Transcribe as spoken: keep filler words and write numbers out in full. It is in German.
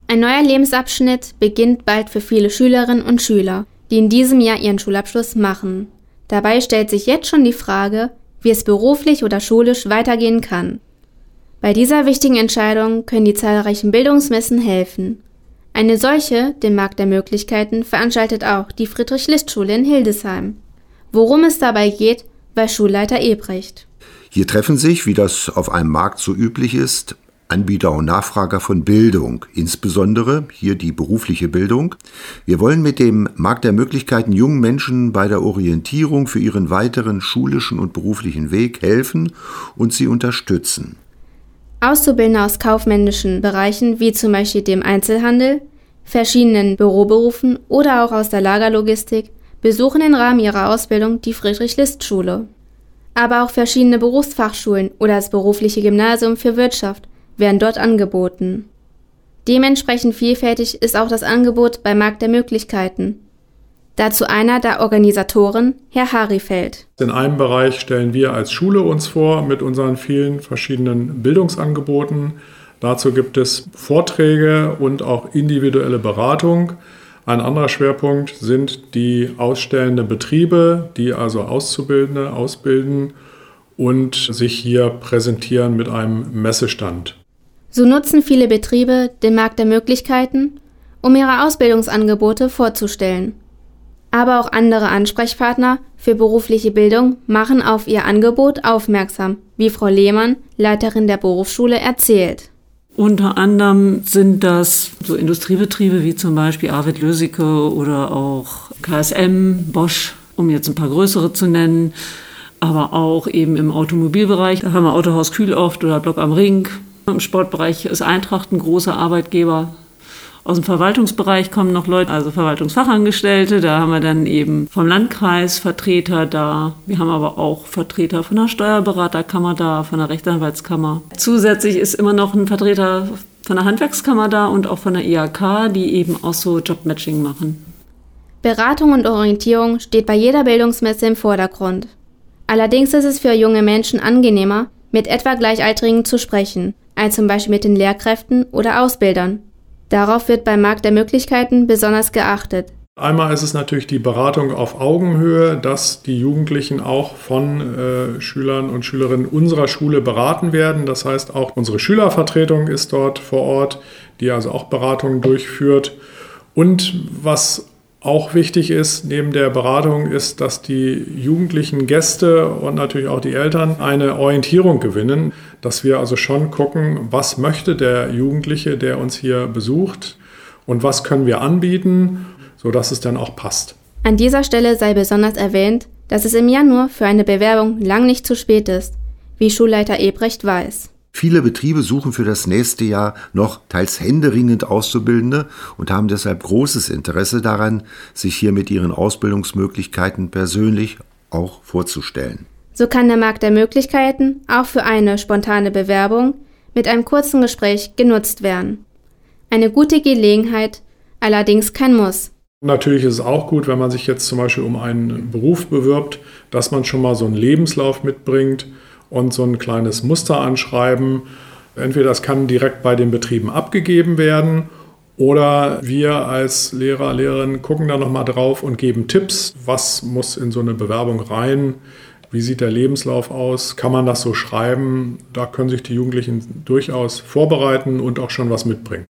Ein neuer Lebensabschnitt beginnt bald für viele Schülerinnen und Schüler, die in diesem Jahr ihren Schulabschluss machen. Dabei stellt sich jetzt schon die Frage, wie es beruflich oder schulisch weitergehen kann. Bei dieser wichtigen Entscheidung können die zahlreichen Bildungsmessen helfen. Eine solche, den Markt der Möglichkeiten, veranstaltet auch die Friedrich-List-Schule in Hildesheim. Worum es dabei geht, weiß Schulleiter Ebrecht. Hier treffen sich, wie das auf einem Markt so üblich ist, Anbieter und Nachfrager von Bildung, insbesondere hier die berufliche Bildung. Wir wollen mit dem Markt der Möglichkeiten jungen Menschen bei der Orientierung für ihren weiteren schulischen und beruflichen Weg helfen und sie unterstützen. Auszubildende aus kaufmännischen Bereichen wie zum Beispiel dem Einzelhandel, verschiedenen Büroberufen oder auch aus der Lagerlogistik besuchen im Rahmen ihrer Ausbildung die Friedrich-List-Schule. Aber auch verschiedene Berufsfachschulen oder das berufliche Gymnasium für Wirtschaft werden dort angeboten. Dementsprechend vielfältig ist auch das Angebot beim Markt der Möglichkeiten. Dazu einer der Organisatoren, Herr Harifeld. In einem Bereich stellen wir als Schule uns vor mit unseren vielen verschiedenen Bildungsangeboten. Dazu gibt es Vorträge und auch individuelle Beratung. Ein anderer Schwerpunkt sind die ausstellenden Betriebe, die also Auszubildende ausbilden und sich hier präsentieren mit einem Messestand. So nutzen viele Betriebe den Markt der Möglichkeiten, um ihre Ausbildungsangebote vorzustellen. Aber auch andere Ansprechpartner für berufliche Bildung machen auf ihr Angebot aufmerksam, wie Frau Lehmann, Leiterin der Berufsschule, erzählt. Unter anderem sind das so Industriebetriebe wie zum Beispiel Arvid Lösike oder auch K S M, Bosch, um jetzt ein paar größere zu nennen. Aber auch eben im Automobilbereich, da haben wir Autohaus Kühloft oder Block am Ring. Im Sportbereich ist Eintracht ein großer Arbeitgeber. Aus dem Verwaltungsbereich kommen noch Leute, also Verwaltungsfachangestellte. Da haben wir dann eben vom Landkreis Vertreter da. Wir haben aber auch Vertreter von der Steuerberaterkammer da, von der Rechtsanwaltskammer. Zusätzlich ist immer noch ein Vertreter von der Handwerkskammer da und auch von der I H K, die eben auch so Jobmatching machen. Beratung und Orientierung steht bei jeder Bildungsmesse im Vordergrund. Allerdings ist es für junge Menschen angenehmer, mit etwa Gleichaltrigen zu sprechen, als zum Beispiel mit den Lehrkräften oder Ausbildern. Darauf wird beim Markt der Möglichkeiten besonders geachtet. Einmal ist es natürlich die Beratung auf Augenhöhe, dass die Jugendlichen auch von äh, Schülern und Schülerinnen unserer Schule beraten werden. Das heißt, auch unsere Schülervertretung ist dort vor Ort, die also auch Beratungen durchführt. Und was auch wichtig ist, neben der Beratung, ist, dass die jugendlichen Gäste und natürlich auch die Eltern eine Orientierung gewinnen, dass wir also schon gucken, was möchte der Jugendliche, der uns hier besucht und was können wir anbieten, sodass es dann auch passt. An dieser Stelle sei besonders erwähnt, dass es im Januar für eine Bewerbung lang nicht zu spät ist, wie Schulleiter Ebrecht weiß. Viele Betriebe suchen für das nächste Jahr noch teils händeringend Auszubildende und haben deshalb großes Interesse daran, sich hier mit ihren Ausbildungsmöglichkeiten persönlich auch vorzustellen. So kann der Markt der Möglichkeiten auch für eine spontane Bewerbung mit einem kurzen Gespräch genutzt werden. Eine gute Gelegenheit, allerdings kein Muss. Natürlich ist es auch gut, wenn man sich jetzt zum Beispiel um einen Beruf bewirbt, dass man schon mal so einen Lebenslauf mitbringt und so ein kleines Muster anschreiben. Entweder das kann direkt bei den Betrieben abgegeben werden oder wir als Lehrer, Lehrerinnen gucken da nochmal drauf und geben Tipps, was muss in so eine Bewerbung rein, wie sieht der Lebenslauf aus, kann man das so schreiben. Da können sich die Jugendlichen durchaus vorbereiten und auch schon was mitbringen.